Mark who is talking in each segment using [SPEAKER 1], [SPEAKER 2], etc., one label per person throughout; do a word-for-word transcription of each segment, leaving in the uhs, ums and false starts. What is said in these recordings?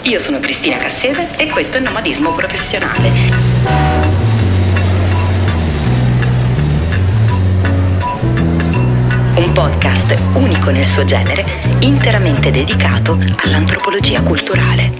[SPEAKER 1] Io sono Cristina Cassese e questo è Nomadismo Professionale. Un podcast unico nel suo genere, interamente dedicato all'antropologia culturale.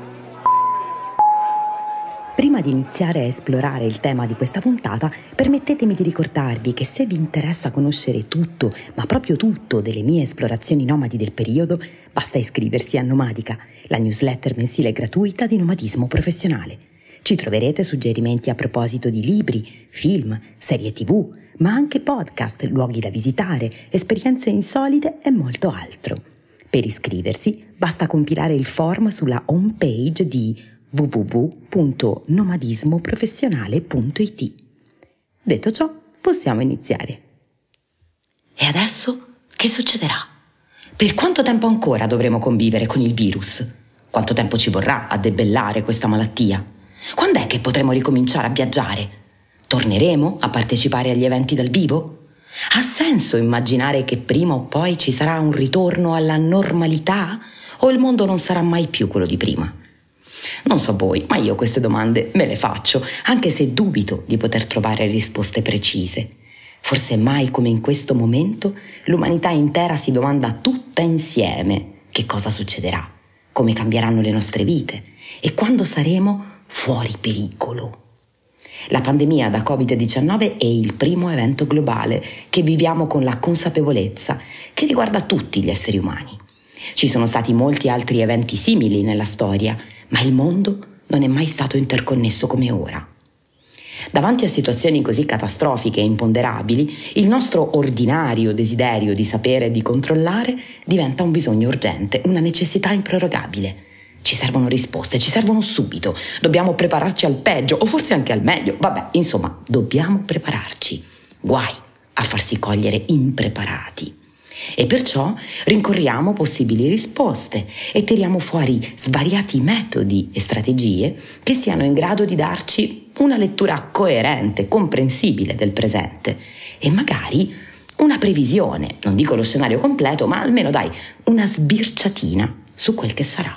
[SPEAKER 1] Prima di iniziare a esplorare il tema di questa puntata, permettetemi di ricordarvi che se vi interessa conoscere tutto, ma proprio tutto, delle mie esplorazioni nomadi del periodo, basta iscriversi a Nomadica, la newsletter mensile gratuita di Nomadismo Professionale. Ci troverete suggerimenti a proposito di libri, film, serie tivù, ma anche podcast, luoghi da visitare, esperienze insolite e molto altro. Per iscriversi basta compilare il form sulla home page di w w w punto nomadismo professionale punto i t. Detto ciò, possiamo iniziare. E adesso che succederà? Per quanto tempo ancora dovremo convivere con il virus? Quanto tempo ci vorrà a debellare questa malattia? Quando è che potremo ricominciare a viaggiare? Torneremo a partecipare agli eventi dal vivo? Ha senso immaginare che prima o poi ci sarà un ritorno alla normalità? O il mondo non sarà mai più quello di prima? Non so voi, ma io queste domande me le faccio, anche se dubito di poter trovare risposte precise. Forse mai come in questo momento l'umanità intera si domanda tutta insieme che cosa succederà, come cambieranno le nostre vite e quando saremo fuori pericolo. La pandemia da covid diciannove è il primo evento globale che viviamo con la consapevolezza che riguarda tutti gli esseri umani. Ci sono stati molti altri eventi simili nella storia, ma il mondo non è mai stato interconnesso come ora. Davanti a situazioni così catastrofiche e imponderabili, il nostro ordinario desiderio di sapere e di controllare diventa un bisogno urgente, una necessità improrogabile. Ci servono risposte, ci servono subito. Dobbiamo prepararci al peggio o forse anche al meglio. Vabbè, insomma, dobbiamo prepararci. Guai a farsi cogliere impreparati. E perciò rincorriamo possibili risposte e tiriamo fuori svariati metodi e strategie che siano in grado di darci una lettura coerente, comprensibile del presente e magari una previsione, non dico lo scenario completo, ma almeno dai, una sbirciatina su quel che sarà.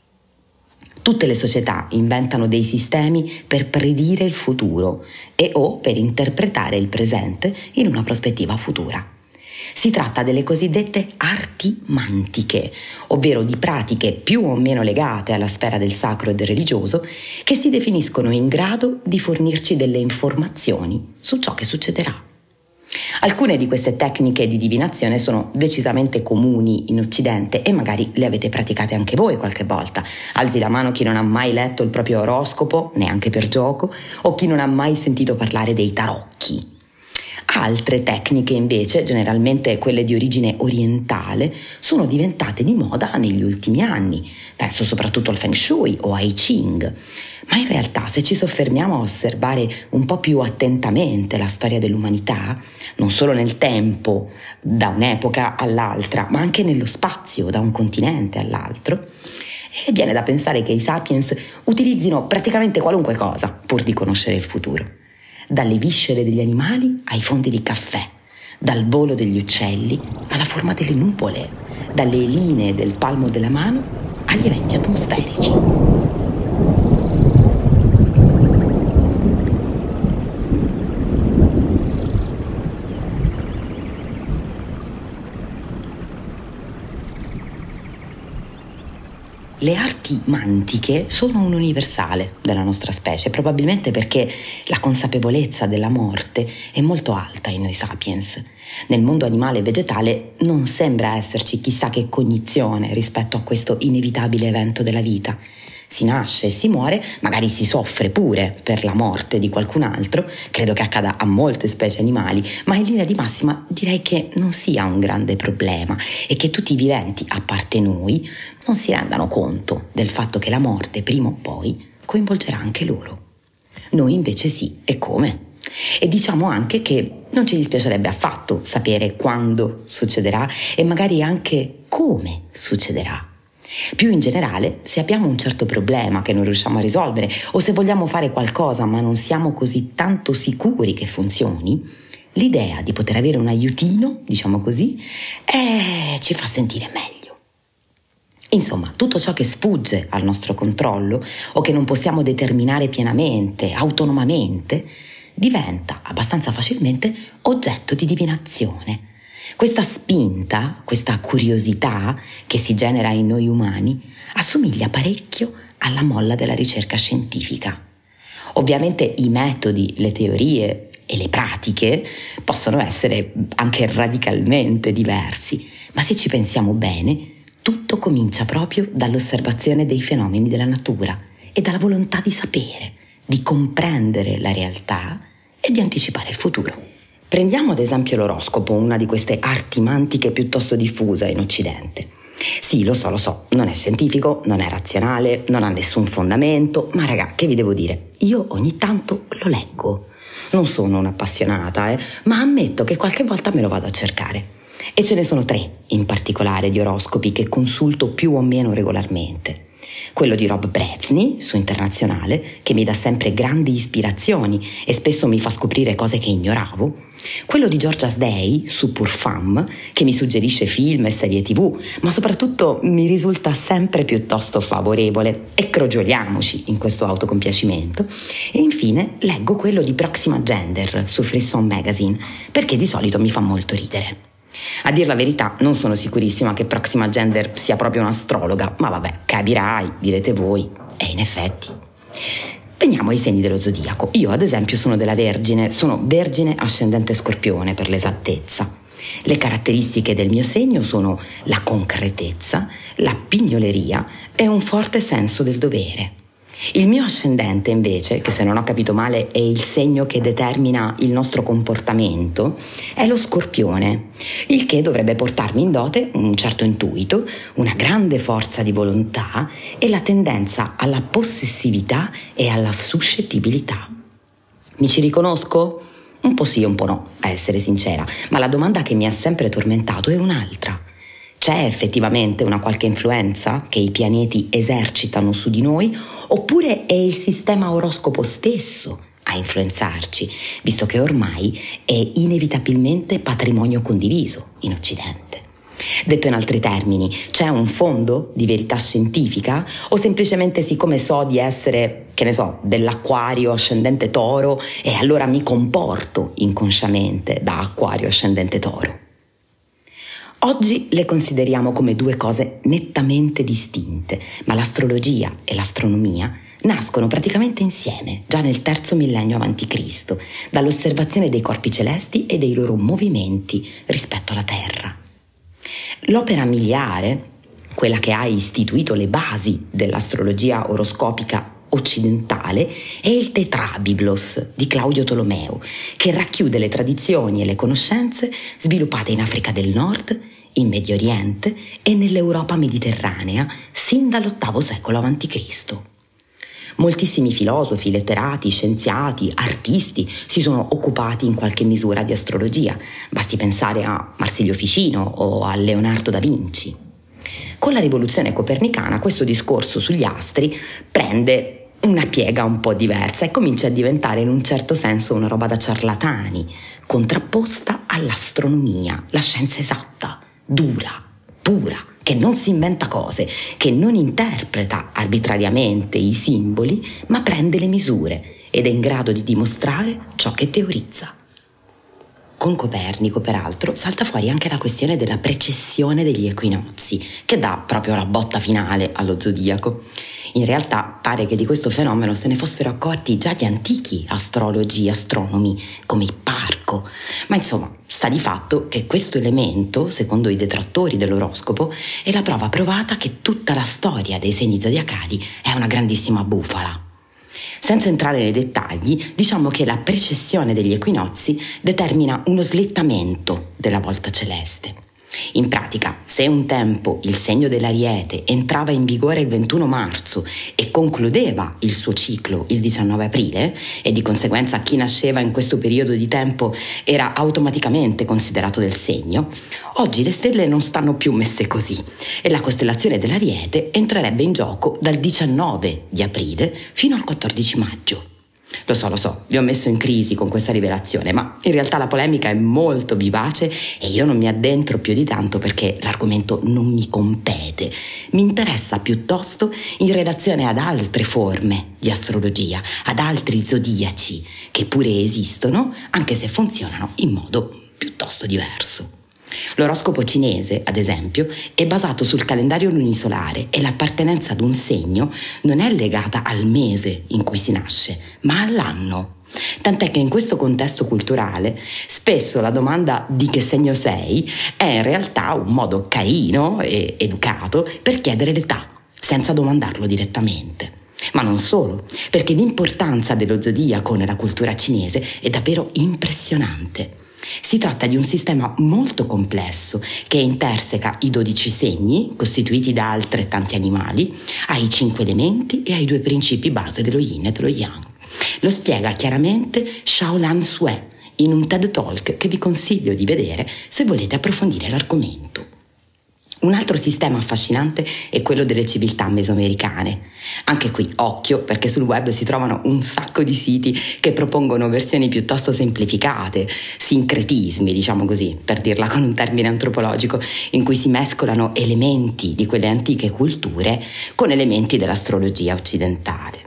[SPEAKER 1] Tutte le società inventano dei sistemi per predire il futuro e o per interpretare il presente in una prospettiva futura. Si tratta delle cosiddette arti mantiche, ovvero di pratiche più o meno legate alla sfera del sacro e del religioso, che si definiscono in grado di fornirci delle informazioni su ciò che succederà. Alcune di queste tecniche di divinazione sono decisamente comuni in Occidente e magari le avete praticate anche voi qualche volta. Alzi la mano chi non ha mai letto il proprio oroscopo, neanche per gioco, o chi non ha mai sentito parlare dei tarocchi. Altre tecniche invece, generalmente quelle di origine orientale, sono diventate di moda negli ultimi anni. Penso soprattutto al Feng Shui o ai Ching. Ma in realtà, se ci soffermiamo a osservare un po' più attentamente la storia dell'umanità, non solo nel tempo, da un'epoca all'altra, ma anche nello spazio, da un continente all'altro, e viene da pensare che i sapiens utilizzino praticamente qualunque cosa pur di conoscere il futuro. Dalle viscere degli animali ai fondi di caffè, dal volo degli uccelli alla forma delle nuvole, dalle linee del palmo della mano agli eventi atmosferici. Le arti mantiche sono un universale della nostra specie, probabilmente perché la consapevolezza della morte è molto alta in noi sapiens. Nel mondo animale e vegetale non sembra esserci chissà che cognizione rispetto a questo inevitabile evento della vita. Si nasce e si muore, magari si soffre pure per la morte di qualcun altro, credo che accada a molte specie animali, ma in linea di massima direi che non sia un grande problema e che tutti i viventi, a parte noi, non si rendano conto del fatto che la morte prima o poi coinvolgerà anche loro. Noi invece sì, e come? E diciamo anche che non ci dispiacerebbe affatto sapere quando succederà e magari anche come succederà. Più in generale, se abbiamo un certo problema che non riusciamo a risolvere o se vogliamo fare qualcosa ma non siamo così tanto sicuri che funzioni, l'idea di poter avere un aiutino, diciamo così, eh, ci fa sentire meglio. Insomma, tutto ciò che sfugge al nostro controllo o che non possiamo determinare pienamente, autonomamente, diventa abbastanza facilmente oggetto di divinazione. Questa spinta, questa curiosità che si genera in noi umani assomiglia parecchio alla molla della ricerca scientifica. Ovviamente i metodi, le teorie e le pratiche possono essere anche radicalmente diversi, ma se ci pensiamo bene, tutto comincia proprio dall'osservazione dei fenomeni della natura e dalla volontà di sapere, di comprendere la realtà e di anticipare il futuro. Prendiamo ad esempio l'oroscopo, una di queste arti mantiche piuttosto diffuse in Occidente. Sì, lo so, lo so, non è scientifico, non è razionale, non ha nessun fondamento, ma raga, che vi devo dire? Io ogni tanto lo leggo. Non sono un'appassionata, eh, ma ammetto che qualche volta me lo vado a cercare. E ce ne sono tre in particolare di oroscopi che consulto più o meno regolarmente. Quello di Rob Brezsny su Internazionale, che mi dà sempre grandi ispirazioni e spesso mi fa scoprire cose che ignoravo. Quello di Georgia's Day su Pur Femme, che mi suggerisce film e serie tv, ma soprattutto mi risulta sempre piuttosto favorevole. E crogioliamoci in questo autocompiacimento. E infine leggo quello di Proxima Gender su Frisson Magazine, perché di solito mi fa molto ridere. A dir la verità non sono sicurissima che Proxima Gender sia proprio un'astrologa, ma vabbè, capirai, direte voi, e in effetti. Veniamo ai segni dello zodiaco. Io ad esempio sono della Vergine, sono Vergine ascendente Scorpione per l'esattezza. Le caratteristiche del mio segno sono la concretezza, la pignoleria e un forte senso del dovere. Il mio ascendente invece, che se non ho capito male è il segno che determina il nostro comportamento, è lo Scorpione, il che dovrebbe portarmi in dote un certo intuito, una grande forza di volontà e la tendenza alla possessività e alla suscettibilità. Mi ci riconosco? Un po' sì, un po' no, a essere sincera, ma la domanda che mi ha sempre tormentato è un'altra. C'è effettivamente una qualche influenza che i pianeti esercitano su di noi, oppure è il sistema oroscopo stesso a influenzarci, visto che ormai è inevitabilmente patrimonio condiviso in Occidente? Detto in altri termini, c'è un fondo di verità scientifica o semplicemente siccome so di essere, che ne so, dell'Acquario ascendente Toro e allora mi comporto inconsciamente da Acquario ascendente Toro? Oggi le consideriamo come due cose nettamente distinte, ma l'astrologia e l'astronomia nascono praticamente insieme, già nel terzo millennio avanti Cristo, dall'osservazione dei corpi celesti e dei loro movimenti rispetto alla Terra. L'opera miliare, quella che ha istituito le basi dell'astrologia oroscopica occidentale, è il Tetrabiblos di Claudio Tolomeo, che racchiude le tradizioni e le conoscenze sviluppate in Africa del Nord, in Medio Oriente e nell'Europa mediterranea sin dall'ottavo secolo avanti Cristo. Moltissimi filosofi, letterati, scienziati, artisti si sono occupati in qualche misura di astrologia, basti pensare a Marsilio Ficino o a Leonardo da Vinci. Con la rivoluzione copernicana questo discorso sugli astri prende una piega un po' diversa e comincia a diventare in un certo senso una roba da ciarlatani, contrapposta all'astronomia, la scienza esatta, dura, pura, che non si inventa cose, che non interpreta arbitrariamente i simboli, ma prende le misure ed è in grado di dimostrare ciò che teorizza. Con Copernico, peraltro, salta fuori anche la questione della precessione degli equinozi, che dà proprio la botta finale allo zodiaco. In realtà pare che di questo fenomeno se ne fossero accorti già gli antichi astrologi, astronomi, come Ipparco. Ma insomma, sta di fatto che questo elemento, secondo i detrattori dell'oroscopo, è la prova provata che tutta la storia dei segni zodiacali è una grandissima bufala. Senza entrare nei dettagli, diciamo che la precessione degli equinozi determina uno slittamento della volta celeste. In pratica, se un tempo il segno dell'Ariete entrava in vigore il ventuno marzo e concludeva il suo ciclo il diciannove aprile, e di conseguenza chi nasceva in questo periodo di tempo era automaticamente considerato del segno, oggi le stelle non stanno più messe così e la costellazione dell'Ariete entrerebbe in gioco dal diciannove di aprile fino al quattordici maggio. Lo so, lo so, vi ho messo in crisi con questa rivelazione, ma in realtà la polemica è molto vivace e io non mi addentro più di tanto perché l'argomento non mi compete. Mi interessa piuttosto in relazione ad altre forme di astrologia, ad altri zodiaci che pure esistono, anche se funzionano in modo piuttosto diverso. L'oroscopo cinese, ad esempio, è basato sul calendario lunisolare e l'appartenenza ad un segno non è legata al mese in cui si nasce, ma all'anno. Tant'è che in questo contesto culturale spesso la domanda di che segno sei è in realtà un modo carino e educato per chiedere l'età, senza domandarlo direttamente. Ma non solo, perché l'importanza dello zodiaco nella cultura cinese è davvero impressionante. Si tratta di un sistema molto complesso che interseca i dodici segni, costituiti da altrettanti animali, ai cinque elementi e ai due principi base dello yin e dello yang. Lo spiega chiaramente Shaolan Sue in un TED Talk che vi consiglio di vedere se volete approfondire l'argomento. Un altro sistema affascinante è quello delle civiltà mesoamericane. Anche qui occhio, perché sul web si trovano un sacco di siti che propongono versioni piuttosto semplificate, sincretismi, diciamo così, per dirla con un termine antropologico, in cui si mescolano elementi di quelle antiche culture con elementi dell'astrologia occidentale.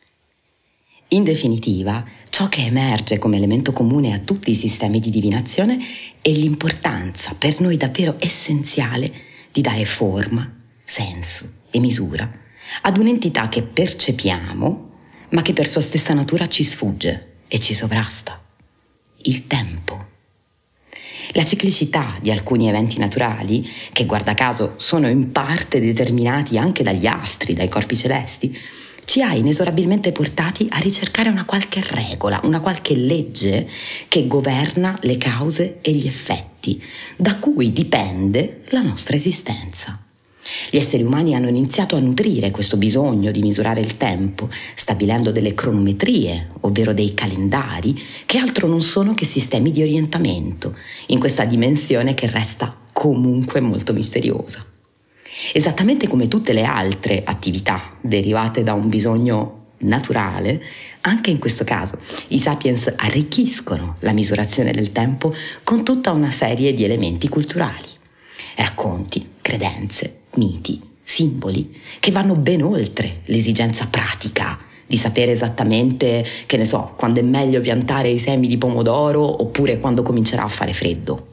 [SPEAKER 1] In definitiva, ciò che emerge come elemento comune a tutti i sistemi di divinazione è l'importanza, per noi davvero essenziale, di dare forma, senso e misura ad un'entità che percepiamo, ma che per sua stessa natura ci sfugge e ci sovrasta: il tempo. La ciclicità di alcuni eventi naturali, che guarda caso sono in parte determinati anche dagli astri, dai corpi celesti, ci ha inesorabilmente portati a ricercare una qualche regola, una qualche legge che governa le cause e gli effetti, da cui dipende la nostra esistenza. Gli esseri umani hanno iniziato a nutrire questo bisogno di misurare il tempo, stabilendo delle cronometrie, ovvero dei calendari, che altro non sono che sistemi di orientamento, in questa dimensione che resta comunque molto misteriosa. Esattamente come tutte le altre attività derivate da un bisogno naturale, anche in questo caso i sapiens arricchiscono la misurazione del tempo con tutta una serie di elementi culturali, racconti, credenze, miti, simboli che vanno ben oltre l'esigenza pratica di sapere esattamente, che ne so, quando è meglio piantare i semi di pomodoro oppure quando comincerà a fare freddo.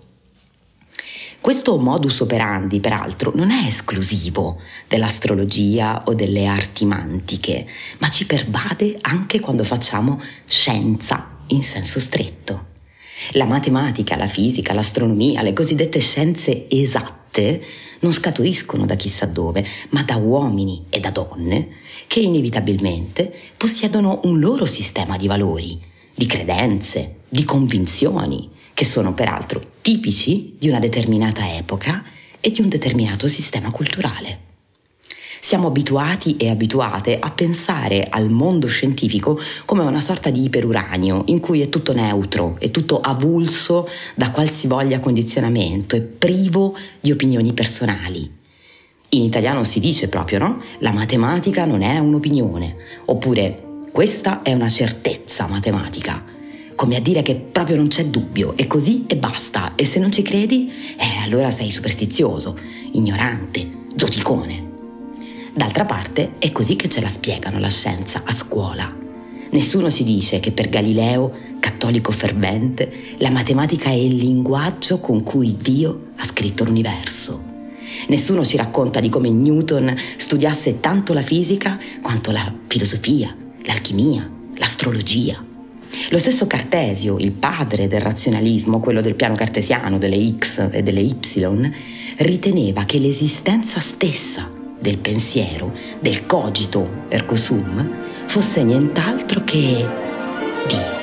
[SPEAKER 1] Questo modus operandi, peraltro, non è esclusivo dell'astrologia o delle arti mantiche, ma ci pervade anche quando facciamo scienza in senso stretto. La matematica, la fisica, l'astronomia, le cosiddette scienze esatte non scaturiscono da chissà dove, ma da uomini e da donne che inevitabilmente possiedono un loro sistema di valori, di credenze, di convinzioni, che sono peraltro tipici di una determinata epoca e di un determinato sistema culturale. Siamo abituati e abituate a pensare al mondo scientifico come una sorta di iperuranio in cui è tutto neutro, è tutto avulso da qualsivoglia condizionamento e privo di opinioni personali. In italiano si dice proprio, no? La matematica non è un'opinione, oppure questa è una certezza matematica. Come a dire che proprio non c'è dubbio, è così e basta, e se non ci credi, eh, allora sei superstizioso, ignorante, zoticone. D'altra parte è così che ce la spiegano la scienza a scuola. Nessuno ci dice che per Galileo, cattolico fervente, la matematica è il linguaggio con cui Dio ha scritto l'universo. Nessuno ci racconta di come Newton studiasse tanto la fisica quanto la filosofia, l'alchimia, l'astrologia. Lo stesso Cartesio, il padre del razionalismo, quello del piano cartesiano, delle X e delle Y, riteneva che l'esistenza stessa del pensiero, del cogito ergo sum, fosse nient'altro che Dio.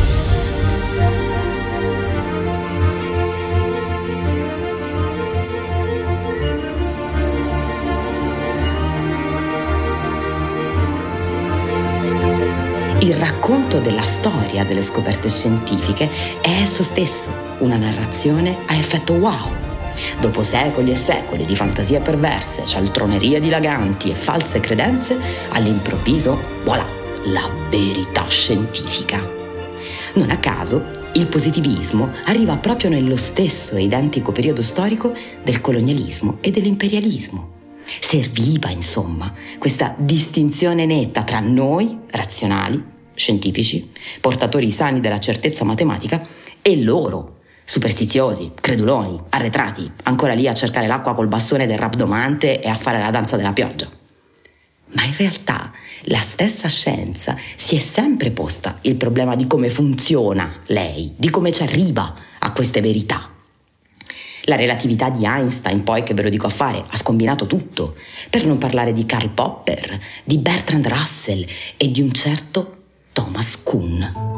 [SPEAKER 1] Il racconto della storia delle scoperte scientifiche è esso stesso una narrazione a effetto wow. Dopo secoli e secoli di fantasie perverse, cialtronerie dilaganti e false credenze, all'improvviso, voilà, la verità scientifica. Non a caso, il positivismo arriva proprio nello stesso identico periodo storico del colonialismo e dell'imperialismo. Serviva, insomma, questa distinzione netta tra noi, razionali, scientifici, portatori sani della certezza matematica, e loro, superstiziosi, creduloni, arretrati, ancora lì a cercare l'acqua col bastone del rabdomante e a fare la danza della pioggia. Ma in realtà la stessa scienza si è sempre posta il problema di come funziona lei, di come ci arriva a queste verità. La relatività di Einstein, poi, che ve lo dico a fare, ha scombinato tutto, per non parlare di Karl Popper, di Bertrand Russell e di un certo Thomas Kuhn.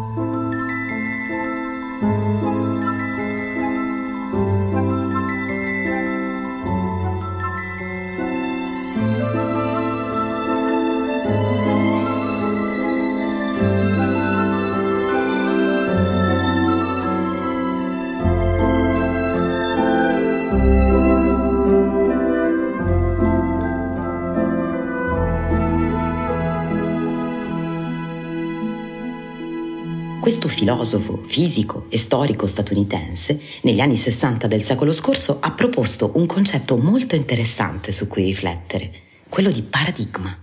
[SPEAKER 1] Questo filosofo, fisico e storico statunitense, negli anni sessanta del secolo scorso, ha proposto un concetto molto interessante su cui riflettere, quello di paradigma.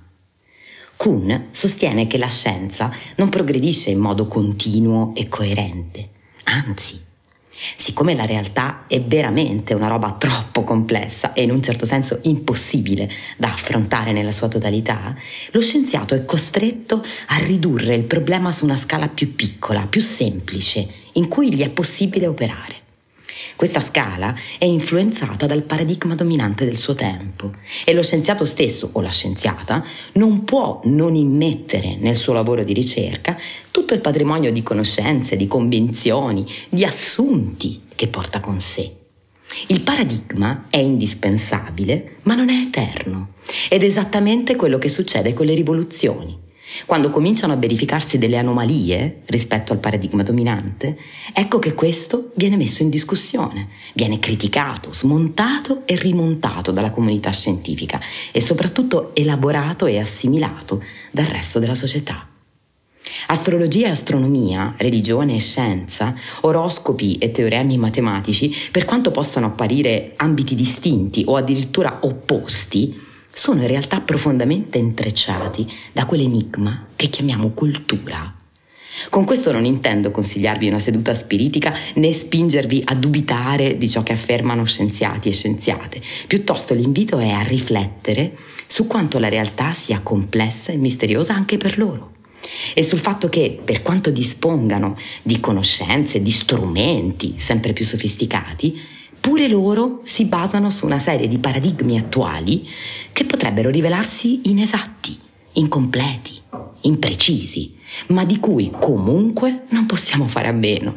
[SPEAKER 1] Kuhn sostiene che la scienza non progredisce in modo continuo e coerente, anzi, siccome la realtà è veramente una roba troppo complessa e in un certo senso impossibile da affrontare nella sua totalità, lo scienziato è costretto a ridurre il problema su una scala più piccola, più semplice, in cui gli è possibile operare. Questa scala è influenzata dal paradigma dominante del suo tempo e lo scienziato stesso, o la scienziata, non può non immettere nel suo lavoro di ricerca tutto il patrimonio di conoscenze, di convinzioni, di assunti che porta con sé. Il paradigma è indispensabile, ma non è eterno, ed è esattamente quello che succede con le rivoluzioni. Quando cominciano a verificarsi delle anomalie rispetto al paradigma dominante, ecco che questo viene messo in discussione, viene criticato, smontato e rimontato dalla comunità scientifica e soprattutto elaborato e assimilato dal resto della società. Astrologia e astronomia, religione e scienza, oroscopi e teoremi matematici, per quanto possano apparire ambiti distinti o addirittura opposti, sono in realtà profondamente intrecciati da quell'enigma che chiamiamo cultura. Con questo non intendo consigliarvi una seduta spiritica né spingervi a dubitare di ciò che affermano scienziati e scienziate. Piuttosto l'invito è a riflettere su quanto la realtà sia complessa e misteriosa anche per loro e sul fatto che, per quanto dispongano di conoscenze, di strumenti sempre più sofisticati, pure loro si basano su una serie di paradigmi attuali che potrebbero rivelarsi inesatti, incompleti, imprecisi, ma di cui comunque non possiamo fare a meno.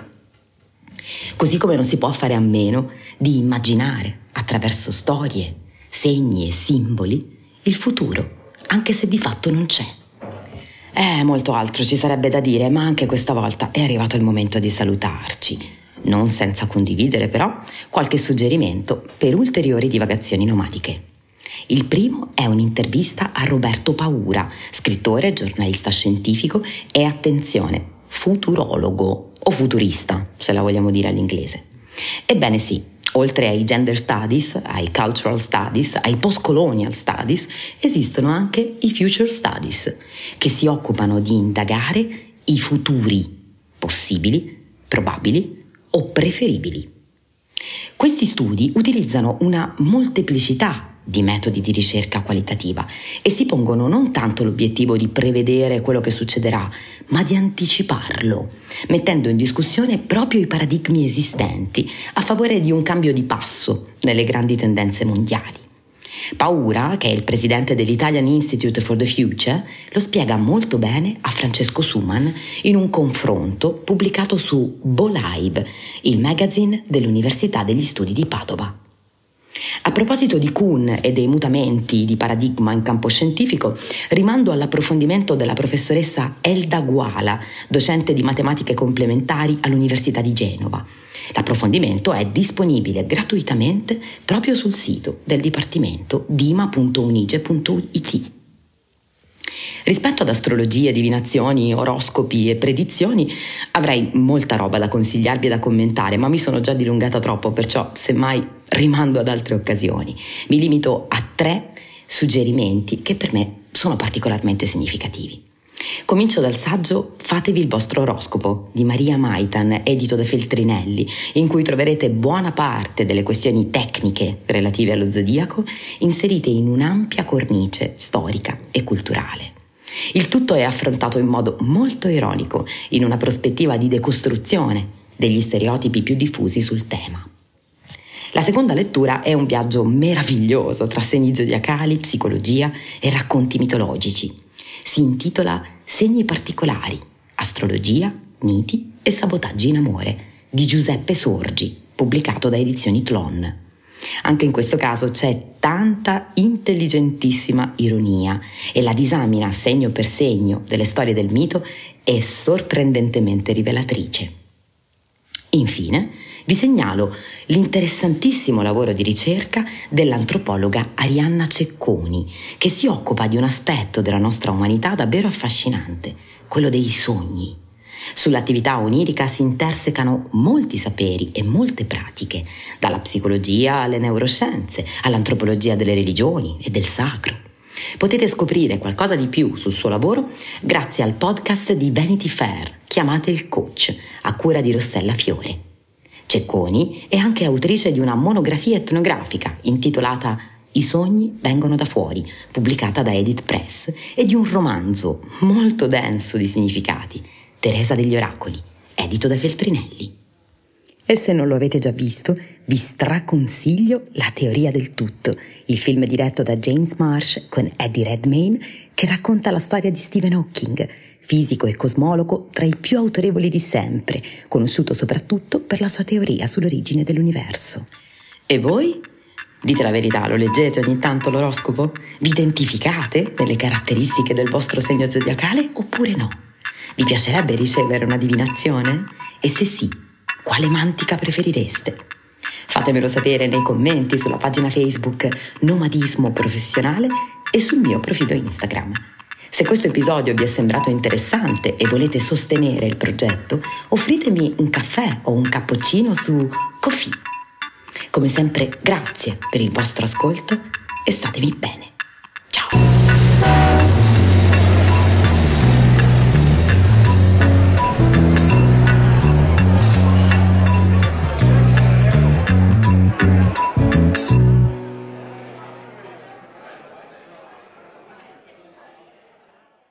[SPEAKER 1] Così come non si può fare a meno di immaginare, attraverso storie, segni e simboli, il futuro, anche se di fatto non c'è. Eh, molto altro ci sarebbe da dire, ma anche questa volta è arrivato il momento di salutarci. Non senza condividere però qualche suggerimento per ulteriori divagazioni nomadiche. Il primo è un'intervista a Roberto Paura, scrittore, giornalista scientifico e, attenzione, futurologo o futurista, se la vogliamo dire all'inglese. Ebbene sì, oltre ai gender studies, ai cultural studies, ai post-colonial studies, esistono anche i future studies, che si occupano di indagare i futuri possibili, probabili o preferibili. Questi studi utilizzano una molteplicità di metodi di ricerca qualitativa e si pongono non tanto l'obiettivo di prevedere quello che succederà, ma di anticiparlo, mettendo in discussione proprio i paradigmi esistenti a favore di un cambio di passo nelle grandi tendenze mondiali. Paura, che è il presidente dell'Italian Institute for the Future, lo spiega molto bene a Francesco Suman in un confronto pubblicato su Bolive, il magazine dell'Università degli Studi di Padova. A proposito di Kuhn e dei mutamenti di paradigma in campo scientifico, rimando all'approfondimento della professoressa Elda Guala, docente di matematiche complementari all'Università di Genova. L'approfondimento è disponibile gratuitamente proprio sul sito del dipartimento dima punto unige punto it. Rispetto ad astrologia, divinazioni, oroscopi e predizioni avrei molta roba da consigliarvi e da commentare, ma mi sono già dilungata troppo, perciò semmai rimando ad altre occasioni. Mi limito a tre suggerimenti che per me sono particolarmente significativi. Comincio dal saggio Fatevi il vostro oroscopo di Maria Maitan, edito da Feltrinelli, in cui troverete buona parte delle questioni tecniche relative allo zodiaco inserite in un'ampia cornice storica e culturale. Il tutto è affrontato in modo molto ironico, in una prospettiva di decostruzione degli stereotipi più diffusi sul tema. La seconda lettura è un viaggio meraviglioso tra segni zodiacali, psicologia e racconti mitologici. Si intitola Segni particolari, astrologia, miti e sabotaggi in amore di Giuseppe Sorgi, pubblicato da Edizioni Tlon. Anche in questo caso c'è tanta intelligentissima ironia e la disamina segno per segno delle storie del mito è sorprendentemente rivelatrice. Infine, vi segnalo l'interessantissimo lavoro di ricerca dell'antropologa Arianna Cecconi, che si occupa di un aspetto della nostra umanità davvero affascinante, quello dei sogni. Sull'attività onirica si intersecano molti saperi e molte pratiche, dalla psicologia alle neuroscienze, all'antropologia delle religioni e del sacro. Potete scoprire qualcosa di più sul suo lavoro grazie al podcast di Vanity Fair, Chiamate il Coach, a cura di Rossella Fiore. Cecconi è anche autrice di una monografia etnografica intitolata I sogni vengono da fuori, pubblicata da Edit Press, e di un romanzo molto denso di significati, Teresa degli Oracoli, edito da Feltrinelli. E se non lo avete già visto, vi straconsiglio La teoria del tutto, il film diretto da James Marsh con Eddie Redmayne, che racconta la storia di Stephen Hawking, fisico e cosmologo tra i più autorevoli di sempre, conosciuto soprattutto per la sua teoria sull'origine dell'universo. E voi? Dite la verità, lo leggete ogni tanto l'oroscopo? Vi identificate nelle caratteristiche del vostro segno zodiacale oppure no? Vi piacerebbe ricevere una divinazione? E se sì, quale mantica preferireste? Fatemelo sapere nei commenti sulla pagina Facebook Nomadismo Professionale e sul mio profilo Instagram. Se questo episodio vi è sembrato interessante e volete sostenere il progetto, offritemi un caffè o un cappuccino su Ko-fi. Come sempre, grazie per il vostro ascolto e statemi bene.